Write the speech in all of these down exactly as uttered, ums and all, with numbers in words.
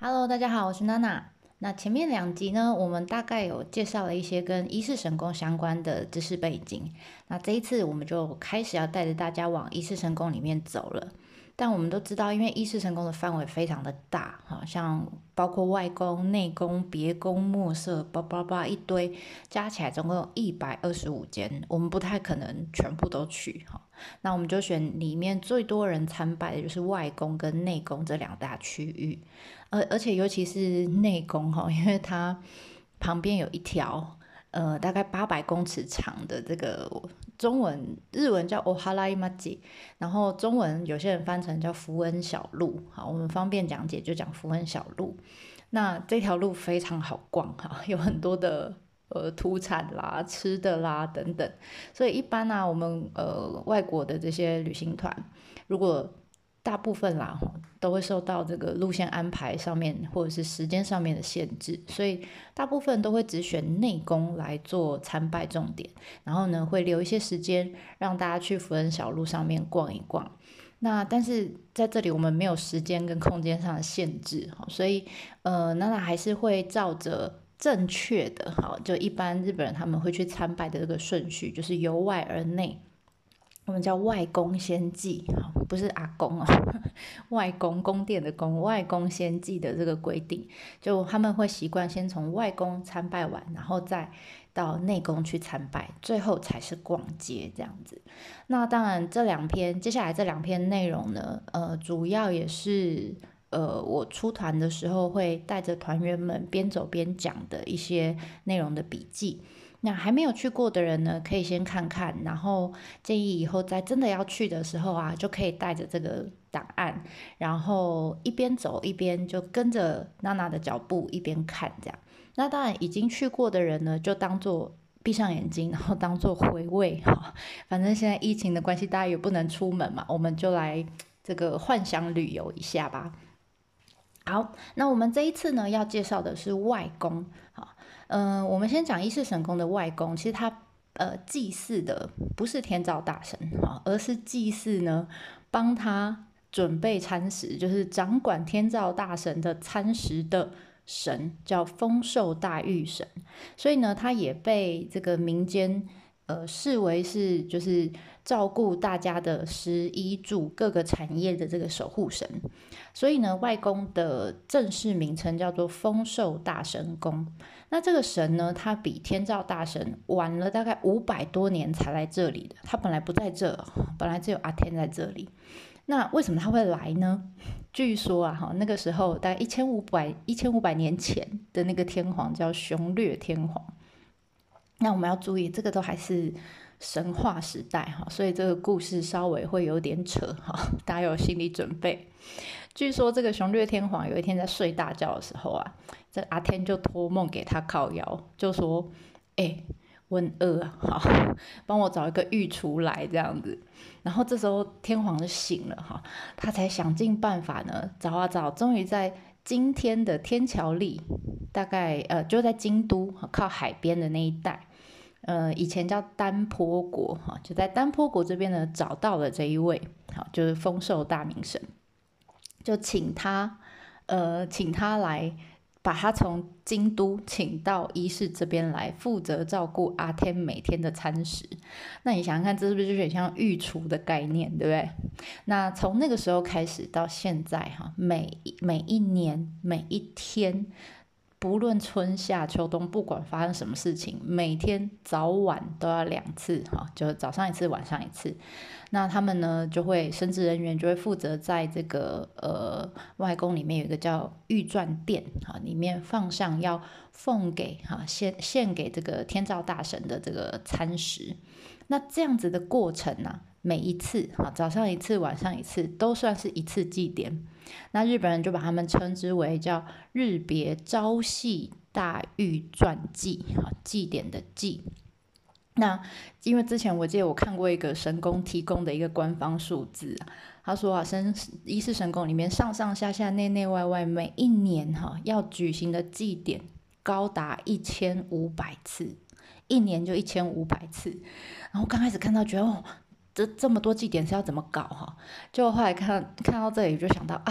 Hello，大家好，我是娜娜。那前面两集呢，我们大概有介绍了一些跟一世神功相关的知识背景。那这一次我们就开始要带着大家往一世神功里面走了。但我们都知道，因为一世神功的范围非常的大，好像包括外功、内功、别功、末色，叭叭叭一堆，加起来总共有一百二十五间，我们不太可能全部都去哈。那我们就选里面最多人参拜的就是外功跟内功这两大区域，而而且尤其是内功哈，因为它旁边有一条呃大概八百公尺长的这个中文日文叫 Oharaimaki， 然后中文有些人翻成叫福恩小路，好，我们方便讲解就讲福恩小路。那这条路非常好逛哈，有很多的呃土产啦、吃的啦等等，所以一般啊，我们呃外国的这些旅行团，如果大部分啦都会受到这个路线安排上面或者是时间上面的限制，所以大部分都会只选内功来做参拜重点，然后呢会留一些时间让大家去福恩小路上面逛一逛。那但是在这里我们没有时间跟空间上的限制，所以呃娜娜还是会照着正确的，好，就一般日本人他们会去参拜的这个顺序，就是由外而内，我们叫外宫先祭，不是阿公哦，外宫宫殿的宫，外宫先祭的这个规定，就他们会习惯先从外宫参拜完，然后再到内宫去参拜，最后才是逛街这样子。那当然，这两篇接下来这两篇内容呢，呃，主要也是呃我出团的时候会带着团员们边走边讲的一些内容的笔记。那还没有去过的人呢，可以先看看，然后建议以后在真的要去的时候啊，就可以带着这个档案，然后一边走一边就跟着娜娜的脚步一边看这样。那当然已经去过的人呢，就当做闭上眼睛，然后当做回味哈。反正现在疫情的关系，大家也不能出门嘛，我们就来这个幻想旅游一下吧。好，那我们这一次呢要介绍的是外宫。好，嗯、呃，我们先讲一世神宫的外宫，其实它呃祭祀的不是天照大神哈，而是祭祀呢帮他准备餐食，就是掌管天照大神的餐食的神，叫丰寿大御神，所以呢，他也被这个民间呃视为是就是照顾大家的食衣住各个产业的这个守护神。所以呢，外宫的正式名称叫做丰寿大神宫。那这个神呢，他比天照大神晚了大概五百多年才来这里的。他本来不在这，本来只有阿天在这里。那为什么他会来呢？据说啊，哈，那个时候大概一千五百一千五百年前的那个天皇叫雄略天皇。那我们要注意，这个都还是神话时代哈，所以这个故事稍微会有点扯哈，大家有心理准备。据说这个雄略天皇有一天在睡大觉的时候啊，这阿天就托梦给他靠腰，就说：“哎、欸，我很饿啊，好，帮我找一个御厨来这样子。”然后这时候天皇就醒了哈，他才想尽办法呢，找啊找，终于在今天的天桥立，大概呃就在京都靠海边的那一带。呃，以前叫丹坡国哈，就在丹坡国这边呢找到了这一位，好，就是丰寿大明神。就请他，呃，请他来，把他从京都请到伊势这边来，负责照顾阿天每天的餐食。那你想想看，这是不是就有点像御厨的概念，对不对？那从那个时候开始到现在，哈，每每一年每一天，不论春夏秋冬，不管发生什么事情，每天早晚都要两次，哈，就早上一次，晚上一次。那他们呢，就会神职人员就会负责在这个呃外宫里面有一个叫御传殿哈，里面放上要奉给哈献献给这个天照大神的这个餐食。那这样子的过程呢、啊，每一次哈早上一次，晚上一次，都算是一次祭典。那日本人就把他们称之为叫日别朝夕大御传祭哈，祭典的祭。那因为之前我记得我看过一个神宫提供的一个官方数字、啊、他说啊，神一世神宫里面上上下下内内外外每一年哈、啊、要举行的祭典高达一千五百次，一年就一千五百次。然后刚开始看到觉得哦，这这么多祭典是要怎么搞哈、啊？就后来看看到这里就想到啊，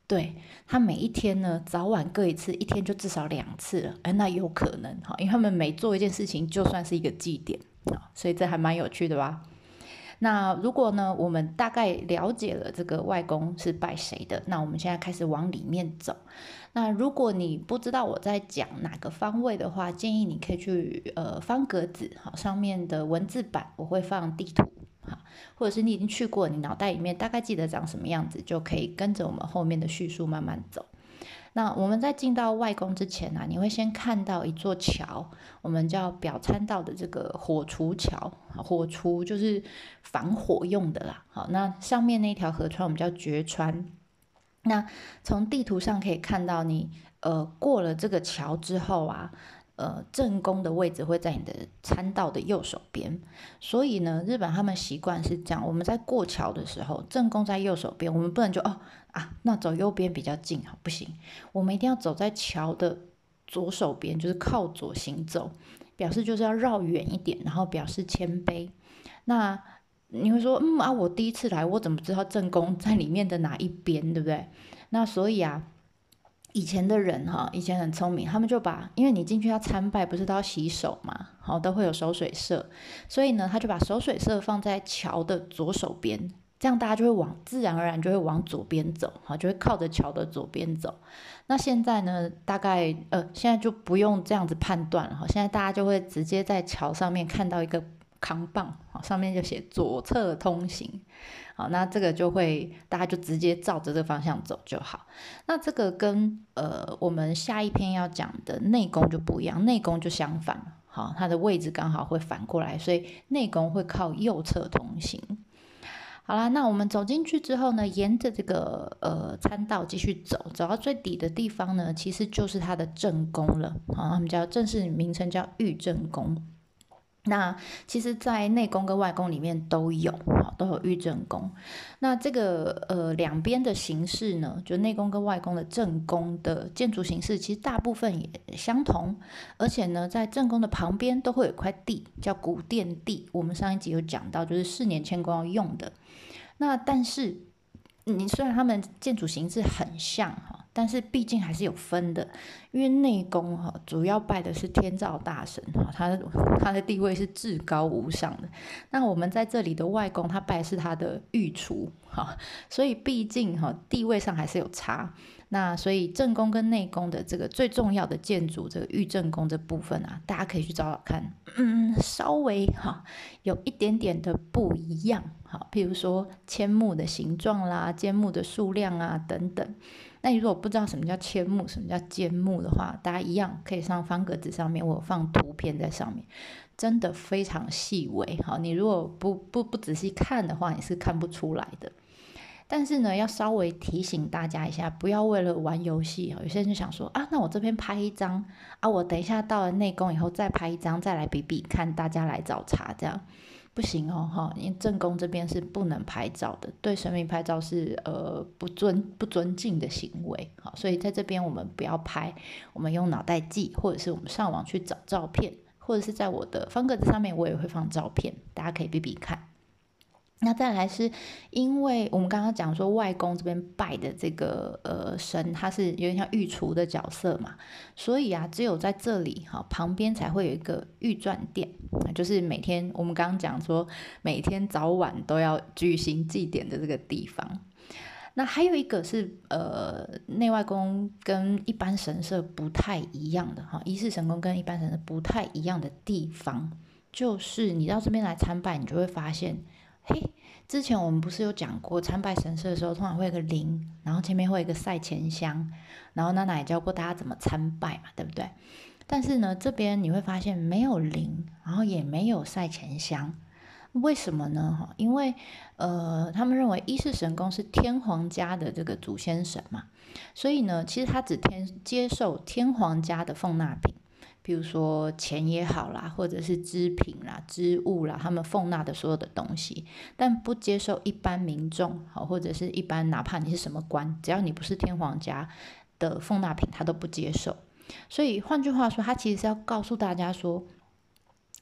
对，他每一天呢早晚各一次，一天就至少两次了。哎，那有可能哈，因为他们每做一件事情就算是一个祭典啊，所以这还蛮有趣的吧。那如果呢，我们大概了解了这个外公是拜谁的，那我们现在开始往里面走。那如果你不知道我在讲哪个方位的话，建议你可以去呃方格子，好，上面的文字版我会放地图，好，或者是你已经去过，你脑袋里面大概记得长什么样子，就可以跟着我们后面的叙述慢慢走。那我们在进到外宫之前啊，你会先看到一座桥，我们叫表参道的这个火厨桥，火厨就是防火用的啦。好，那上面那条河川我们叫决川。那从地图上可以看到你，呃过了这个桥之后啊，呃正宫的位置会在你的参道的右手边。所以呢，日本他们习惯是这样，我们在过桥的时候，正宫在右手边，我们不能就哦啊，那走右边比较近，好，不行，我们一定要走在桥的左手边，就是靠左行走，表示就是要绕远一点，然后表示谦卑。那你会说，嗯啊，我第一次来，我怎么知道正宫在里面的哪一边，对不对？那所以啊，以前的人哈，以前很聪明，他们就把，因为你进去要参拜，不是都要洗手嘛，好，都会有手水社，所以呢，他就把手水社放在桥的左手边，这样大家就会往自然而然就会往左边走，好，就会靠着桥的左边走。那现在呢，大概呃，现在就不用这样子判断了哈，现在大家就会直接在桥上面看到一个扛棒，好，上面就写左侧通行，好，那这个就会大家就直接照着这个方向走就好。那这个跟呃我们下一篇要讲的内宫就不一样，内宫就相反，好，它的位置刚好会反过来，所以内宫会靠右侧通行。好啦，那我们走进去之后呢，沿着这个呃参道继续走，走到最底的地方呢，其实就是它的正宫了，好，他们叫正式名称叫御正宫。那其实，在内宫跟外宫里面都有，都有御正宫。那这个呃两边的形式呢，就内宫跟外宫的正宫的建筑形式，其实大部分也相同。而且呢，在正宫的旁边都会有一块地，叫古殿地。我们上一集有讲到，就是四年迁宫要用的。那但是，你虽然他们建筑形式很像哈，但是毕竟还是有分的，因为内宫哈主要拜的是天照大神哈，他他的地位是至高无上的。那我们在这里的外宫，他拜的是他的御厨哈，所以毕竟哈地位上还是有差。那所以正宫跟内宫的这个最重要的建筑，这个御正宫这部分啊，大家可以去找找看，嗯，稍微哈有一点点的不一样，好，譬如说阡幕的形状啦、间幕的数量啊等等。那你如果不知道什么叫阡幕、什么叫间幕的话，大家一样可以上方格子上面，我有放图片在上面，真的非常细微，好，你如果不不不仔细看的话，你是看不出来的。但是呢，要稍微提醒大家一下，不要为了玩游戏，有些人就想说啊，那我这边拍一张啊，我等一下到了内宫以后再拍一张，再来比比看，大家来找茬，这样不行哦，哈，因为正宫这边是不能拍照的，对神明拍照是呃不尊不尊敬的行为，好，所以在这边我们不要拍，我们用脑袋记，或者是我们上网去找照片，或者是在我的方格子上面我也会放照片，大家可以比比看。那再来是因为我们刚刚讲说外宫这边拜的这个呃神，他是有点像御厨的角色嘛，所以啊，只有在这里哈旁边才会有一个御传殿，就是每天我们刚刚讲说每天早晚都要举行祭典的这个地方。那还有一个是呃内外宫跟一般神社不太一样的哈，一式神宫跟一般神社不太一样的地方，就是你到这边来参拜，你就会发现。嘿，之前我们不是有讲过，参拜神社的时候，通常会有个铃，然后前面会有一个赛前香，然后娜娜也教过大家怎么参拜嘛，对不对？但是呢，这边你会发现没有铃，然后也没有赛前香，为什么呢？因为呃，他们认为一世神宫是天皇家的这个祖先神嘛，所以呢，其实他只天接受天皇家的奉纳品。比如说钱也好啦，或者是织品啦、织物啦，他们奉纳的所有的东西，但不接受一般民众，好，或者是一般哪怕你是什么官，只要你不是天皇家的奉纳品，他都不接受。所以换句话说，他其实是要告诉大家说，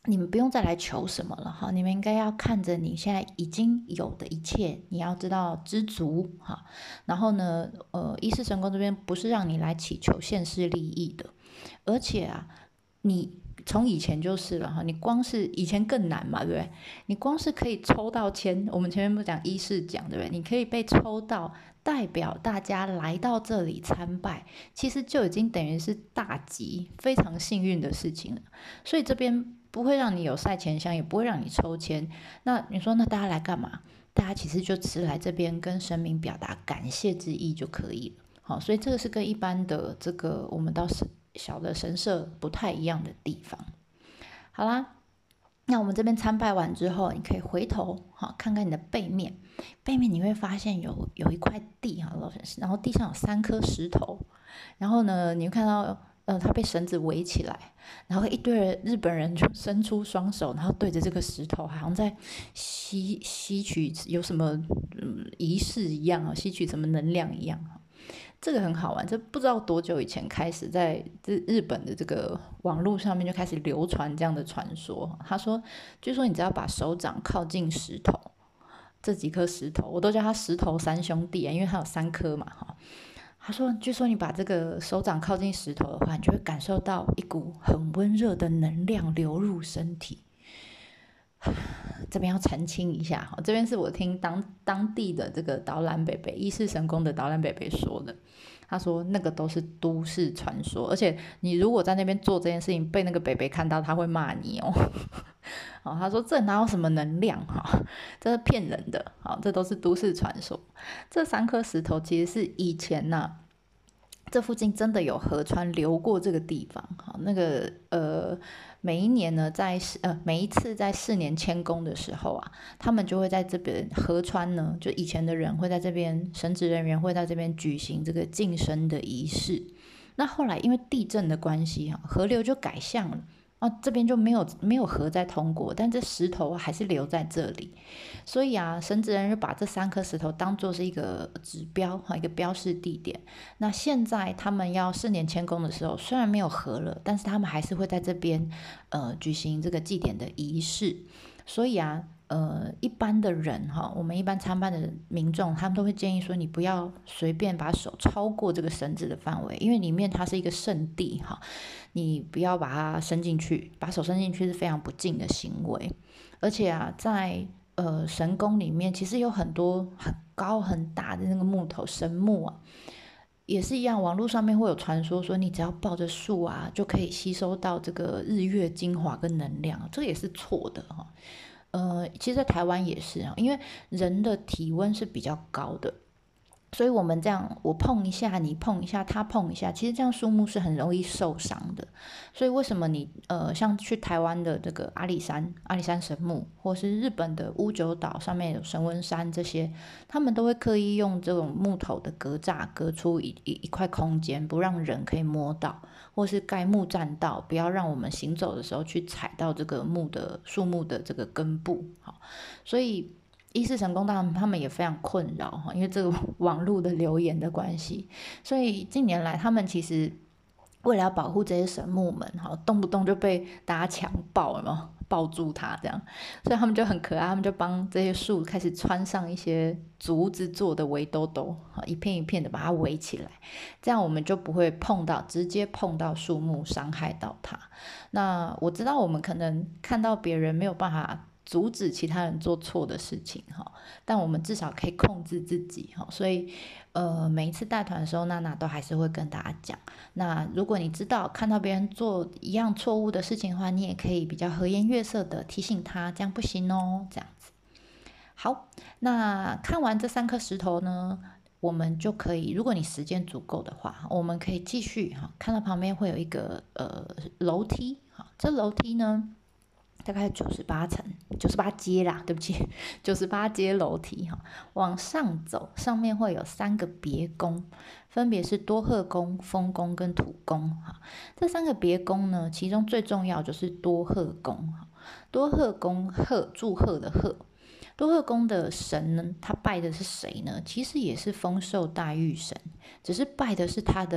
你们不用再来求什么了哈，你们应该要看着你现在已经有的一切，你要知道知足哈。然后呢，呃，一世神宫这边不是让你来祈求现世利益的，而且啊，你从以前就是了哈，你光是以前更难嘛，对不对？你光是可以抽到签，我们前面不讲一世奖，对不对？你可以被抽到，代表大家来到这里参拜，其实就已经等于是大吉，非常幸运的事情了。所以这边不会让你有赛钱香，也不会让你抽签。那你说，那大家来干嘛？大家其实就只来这边跟神明表达感谢之意就可以了。好，所以这个是跟一般的这个我们到神小的神社不太一样的地方。好啦，那我们这边参拜完之后，你可以回头哈看看你的背面，背面你会发现有有一块地哈，然后地上有三颗石头，然后呢，你会看到呃它被绳子围起来，然后一堆日本人就伸出双手，然后对着这个石头，好像在吸吸取有什么、嗯、仪式一样啊，吸取什么能量一样。这个很好玩，这不知道多久以前开始在日本的这个网络上面就开始流传这样的传说。他说，据说你只要把手掌靠近石头，这几颗石头，我都叫它石头三兄弟啊，因为它有三颗嘛哈。他说，据说你把这个手掌靠近石头的话，你就会感受到一股很温热的能量流入身体。这边要澄清一下，这边是我听当当地的这个导览北北一世神宫的导览北北说的。他说那个都是都市传说，而且你如果在那边做这件事情被那个北北看到，他会骂你哦。好，他说这哪有什么能量哈，这是骗人的。好，这都是都市传说。这三颗石头其实是以前呐、啊，这附近真的有河川流过这个地方。好，那个呃。每一年呢，在呃每一次在四年迁宫的时候啊，他们就会在这边河川呢，就以前的人会在这边，神职人员会在这边举行这个净身的仪式。那后来因为地震的关系哈，河流就改向了。啊，这边就没有没有河在通过，但这石头还是留在这里，所以啊，神职人就把这三颗石头当作是一个指标哈，一个标示地点。那现在他们要四年迁宫的时候，虽然没有河了，但是他们还是会在这边呃举行这个祭典的仪式。所以啊，呃，一般的人哈，我们一般参拜的民众，他们都会建议说，你不要随便把手超过这个绳子的范围，因为里面它是一个圣地哈，你不要把它伸进去，把手伸进去是非常不敬的行为。而且啊，在呃神宫里面，其实有很多很高很大的那个木头神木啊，也是一样，网络上面会有传说说，你只要抱着树啊，就可以吸收到这个日月精华跟能量，这个也是错的哈。呃，其实在台湾也是啊，因为人的体温是比较高的，所以我们这样，我碰一下，你碰一下，他碰一下，其实这样树木是很容易受伤的。所以为什么你呃，像去台湾的这个阿里山、阿里山神木，或是日本的屋久岛上面有神文山这些，他们都会刻意用这种木头的格栅隔出一一一块空间，不让人可以摸到，或是盖木栈道，不要让我们行走的时候去踩到这个木的树木的这个根部。好，所以一世神宫当然他们也非常困扰哈，因为这个网络的留言的关系，所以近年来他们其实为了要保护这些神木们哈，动不动就被大家强暴了嘛，抱住它这样，所以他们就很可爱，他们就帮这些树开始穿上一些竹子做的围兜兜，一片一片的把它围起来，这样我们就不会碰到直接碰到树木伤害到它。那我知道我们可能看到别人没有办法阻止其他人做错的事情哈，但我们至少可以控制自己哈，所以呃每一次带团的时候，娜娜都还是会跟大家讲。那如果你知道看到别人做一样错误的事情的话，你也可以比较和颜悦色的提醒他，这样不行哦，这样子。好，那看完这三颗石头呢，我们就可以，如果你时间足够的话，我们可以继续哈，看到旁边会有一个呃楼梯哈，这楼梯呢，大概九十八层，九十八阶啦，对不起，九十八阶楼梯哈，往上走，上面会有三个别宫，分别是多贺宫、丰宫跟土宫哈。这三个别宫呢，其中最重要就是多贺宫哈。多贺宫，贺祝贺的贺，多贺宫的神呢，他拜的是谁呢？其实也是丰寿大御神，只是拜的是他的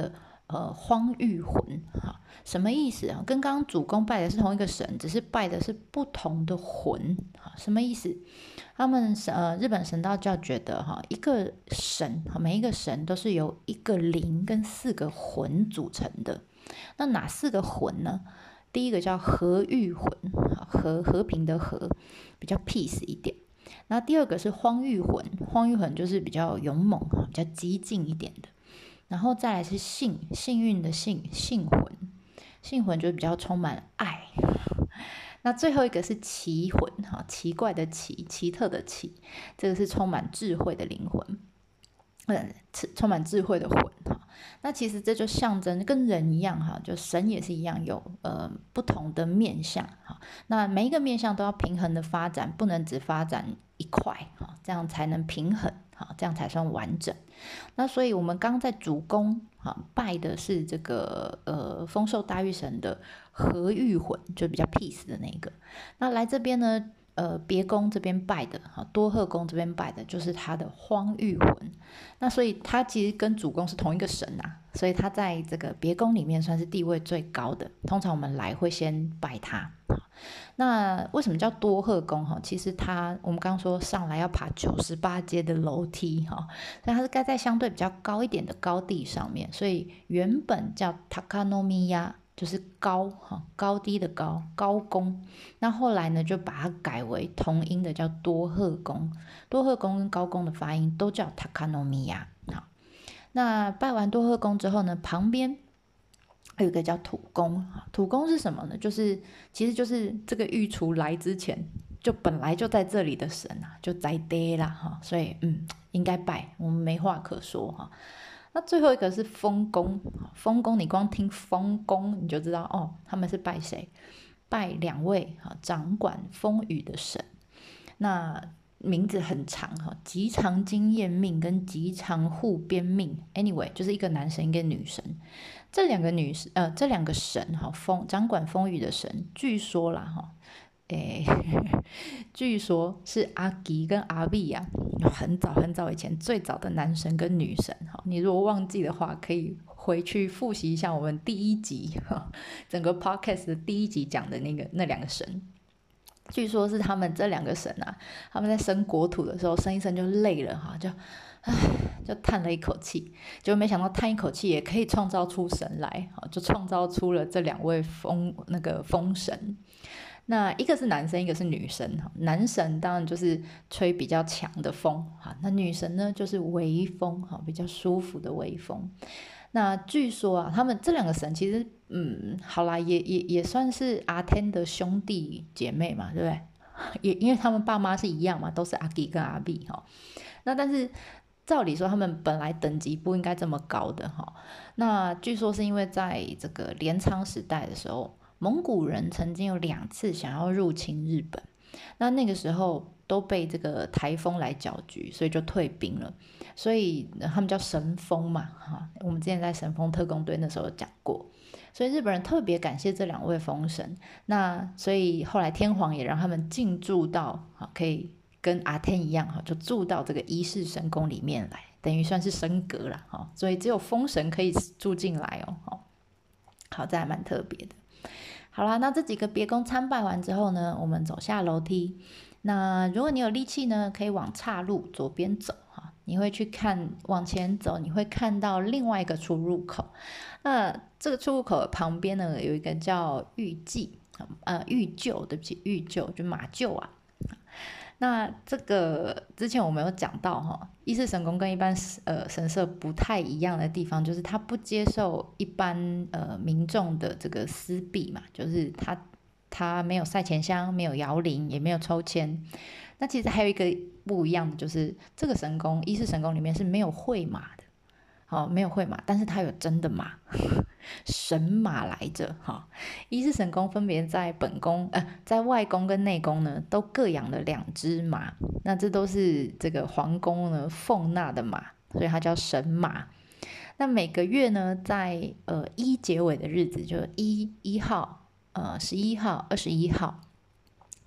呃荒玉魂哈，什么意思啊？跟刚刚主公拜的是同一个神，只是拜的是不同的魂哈。什么意思？他们呃日本神道教觉得哈，一个神每一个神都是由一个灵跟四个魂组成的。那哪四个魂呢？第一个叫和玉魂，和和平的和，比较 peace 一点。那第二个是荒玉魂，荒玉魂就是比较勇猛，比较激进一点的。然后再来是幸，幸运的幸，幸魂，幸魂就比较充满爱。那最后一个是奇魂，奇怪的奇，奇特的奇，这个是充满智慧的灵魂，嗯，充满智慧的魂。那其实这就象征跟人一样哈，就神也是一样有呃不同的面向哈。那每一个面向都要平衡的发展，不能只发展一块哈，这样才能平衡哈，这样才算完整。那所以我们刚在主宫哈拜的是这个呃丰寿大御神的和玉魂，就比较 peace 的那个。那来这边呢？呃，别宫这边拜的，多贺宫这边拜的就是他的荒玉魂。那所以他其实跟主宫是同一个神啊，所以他在这个别宫里面算是地位最高的。通常我们来会先拜他。那为什么叫多贺宫？其实他我们刚刚说上来要爬九十八阶的楼梯，所以它是盖在相对比较高一点的高地上面，所以原本叫 Takanomiya。就是高哈高低的高高宫，那后来呢就把它改为同音的叫多贺宫，多贺宫跟高宫的发音都叫 Takanomiya。好，那拜完多贺宫之后呢，旁边有一个叫土宫，土宫是什么呢？就是其实就是这个御厨来之前就本来就在这里的神啊，就在地啦哈，所以嗯应该拜，我们没话可说哈。那最后一个是风宫，风宫你光听风宫你就知道哦，他们是拜谁？拜两位掌管风雨的神。那名字很长哈，吉长经验命跟吉长护边命 ，anyway 就是一个男神一个女神。这两个女神呃这两个神哈，风掌管风雨的神，据说啦哈。诶，据说是阿吉跟阿碧啊，很早很早以前最早的男神跟女神。你如果忘记的话，可以回去复习一下我们第一集整个 podcast 的第一集讲的那个那两个神。据说是他们这两个神啊，他们在生国土的时候生一生就累了哈，就唉就叹了一口气，结果没想到叹一口气也可以创造出神来，就创造出了这两位风那个风神。那一个是男生，一个是女生。男神当然就是吹比较强的风，那女神呢就是微风，比较舒服的微风。那据说啊，他们这两个神其实，嗯，好啦，也也也算是阿天的兄弟姐妹嘛，对不对？也因为他们爸妈是一样嘛，都是阿吉跟阿碧哈。那但是照理说，他们本来等级不应该这么高的哈。那据说是因为在这个镰仓时代的时候，蒙古人曾经有两次想要入侵日本，那那个时候都被这个台风来搅局，所以就退兵了。所以他们叫神风嘛，哈，我们之前在神风特工队那时候有讲过。所以日本人特别感谢这两位风神，那所以后来天皇也让他们进驻到，可以跟阿天一样，就住到这个伊势神宫里面来，等于算是升格了，所以只有风神可以住进来哦。好，这还蛮特别的。好啦，那这几个别宫参拜完之后呢，我们走下楼梯。那如果你有力气呢，可以往岔路左边走哈，你会去看往前走，你会看到另外一个出入口。那这个出入口的旁边呢，有一个叫御祭，呃，御厩，对不起，御厩就马厩啊。那这个之前我们有讲到哈，伊势神宫跟一般呃神社不太一样的地方，就是它不接受一般呃民众的这个私币嘛，就是它它没有赛钱香，没有摇铃，也没有抽签。那其实还有一个不一样的，就是这个神宫伊势神宫里面是没有会马的，好、哦、没有会马，但是它有真的马。神马来着哈，伊势神宫分别在本宫呃，在外宫跟内宫呢，都各养了两只马，那这都是这个皇宫呢奉纳的马，所以它叫神马。那每个月呢，在呃一结尾的日子，就一一号、呃十一号、二十一号，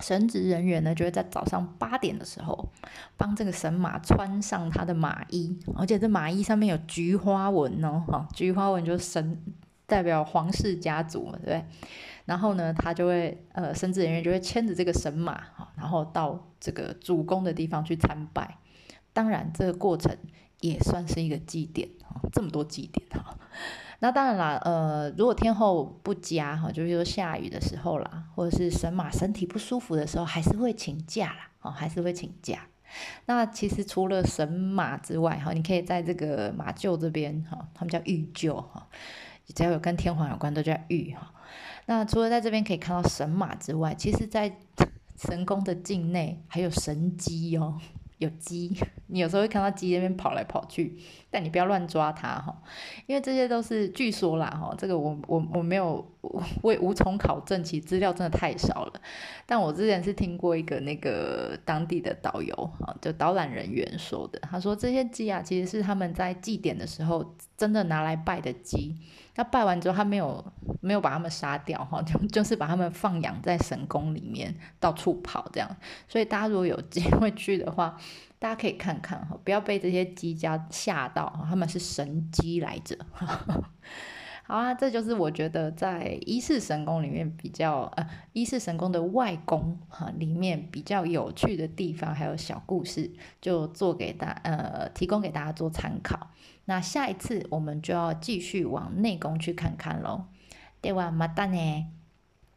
神职人员呢就会在早上八点的时候帮这个神马穿上他的马衣，而且这马衣上面有菊花纹哦，哈，菊花纹就是神代表皇室家族嘛，对不对？然后呢，他就会呃，神职人员就会牵着这个神马，然后到这个主宫的地方去参拜。当然，这个过程也算是一个祭典，这么多祭典哈。那当然啦，呃，如果天候不佳哈，就是说下雨的时候啦，或者是神马身体不舒服的时候，还是会请假啦，哦，还是会请假。那其实除了神马之外，哈，你可以在这个马厩这边，哈，他们叫御厩，哈，只要有跟天皇有关都叫御，哈。那除了在这边可以看到神马之外，其实在神宫的境内还有神鸡哦，有鸡，你有时候会看到鸡那边跑来跑去，但你不要乱抓它哈，因为这些都是据说啦哈，这个我我我没有，我也无从考证，其实资料真的太少了。但我之前是听过一个那个当地的导游啊，就导览人员说的，他说这些鸡啊，其实是他们在祭典的时候真的拿来拜的鸡。那拜完之后，他没有没有把他们杀掉哈，就就是把他们放养在神宫里面，到处跑这样。所以大家如果有机会去的话，大家可以看看哈，不要被这些鸡家吓到，他们是神鸡来着。好啊，这就是我觉得在伊势神宫里面比较呃，伊势神宫的外宫哈里面比较有趣的地方，还有小故事，就做给大呃提供给大家做参考。那下一次我们就要继续往内宫去看看咯。ではまたね。